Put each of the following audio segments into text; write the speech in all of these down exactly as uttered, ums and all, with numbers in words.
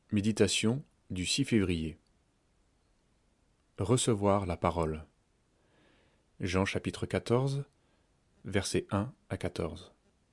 Méditation du six février. Recevoir la parole. Jean chapitre quatorze, versets un à quatorze.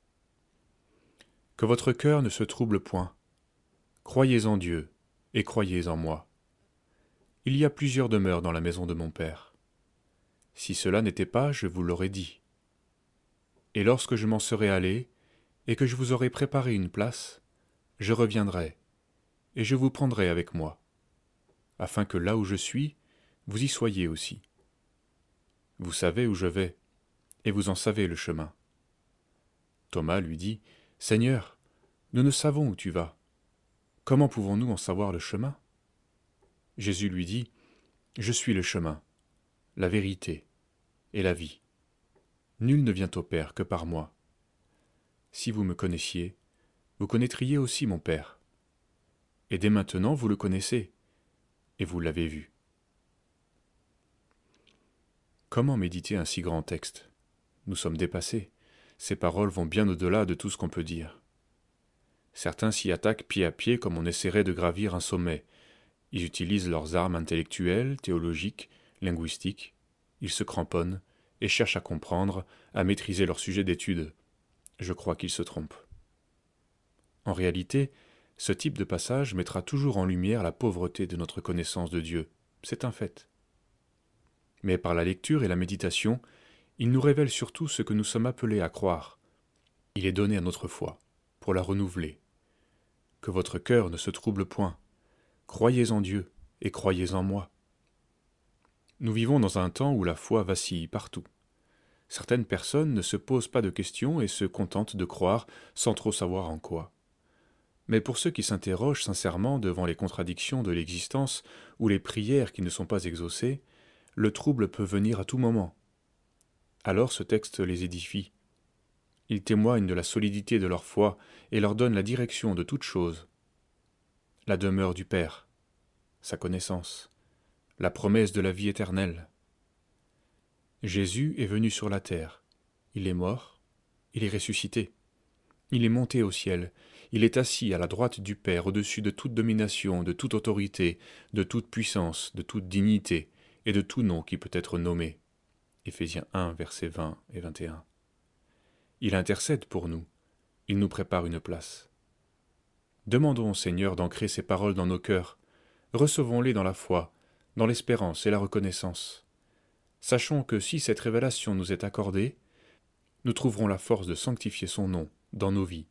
Que votre cœur ne se trouble point. Croyez en Dieu et croyez en moi. Il y a plusieurs demeures dans la maison de mon Père. Si cela n'était pas, je vous l'aurais dit. Et lorsque je m'en serai allé, et que je vous aurai préparé une place, je reviendrai, et je vous prendrai avec moi, afin que là où je suis, vous y soyez aussi. Vous savez où je vais, et vous en savez le chemin. Thomas lui dit, « Seigneur, nous ne savons où tu vas. Comment pouvons-nous en savoir le chemin ?» Jésus lui dit, « Je suis le chemin, la vérité et la vie. Nul ne vient au Père que par moi. Si vous me connaissiez, vous connaîtriez aussi mon Père. Et dès maintenant vous le connaissez, et vous l'avez vu. » Comment méditer un si grand texte? Nous sommes dépassés. Ces paroles vont bien au-delà de tout ce qu'on peut dire. Certains s'y attaquent pied à pied comme on essaierait de gravir un sommet. Ils utilisent leurs armes intellectuelles, théologiques, linguistiques. Ils se cramponnent et cherchent à comprendre, à maîtriser leur sujet d'étude. Je crois qu'ils se trompent. En réalité, ce type de passage mettra toujours en lumière la pauvreté de notre connaissance de Dieu. C'est un fait. Mais par la lecture et la méditation, il nous révèle surtout ce que nous sommes appelés à croire. Il est donné à notre foi, pour la renouveler. Que votre cœur ne se trouble point. Croyez en Dieu et croyez en moi. Nous vivons dans un temps où la foi vacille partout. Certaines personnes ne se posent pas de questions et se contentent de croire sans trop savoir en quoi. Mais pour ceux qui s'interrogent sincèrement devant les contradictions de l'existence ou les prières qui ne sont pas exaucées, le trouble peut venir à tout moment. Alors ce texte les édifie. Il témoigne de la solidité de leur foi et leur donne la direction de toute chose. La demeure du Père, sa connaissance, la promesse de la vie éternelle. Jésus est venu sur la terre. Il est mort, il est ressuscité. Il est monté au ciel. Il est assis à la droite du Père au-dessus de toute domination, de toute autorité, de toute puissance, de toute dignité et de tout nom qui peut être nommé. Éphésiens un, versets vingt et vingt et un. Il intercède pour nous. Il nous prépare une place. Demandons au Seigneur d'ancrer ces paroles dans nos cœurs. Recevons-les dans la foi, dans l'espérance et la reconnaissance. Sachons que si cette révélation nous est accordée, nous trouverons la force de sanctifier son nom dans nos vies.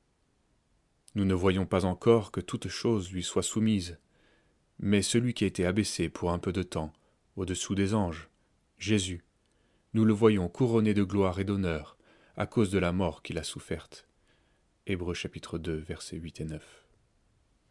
Nous ne voyons pas encore que toute chose lui soit soumise, mais celui qui a été abaissé pour un peu de temps, au-dessous des anges, Jésus, nous le voyons couronné de gloire et d'honneur à cause de la mort qu'il a soufferte. Hébreux chapitre deux, versets huit et neuf.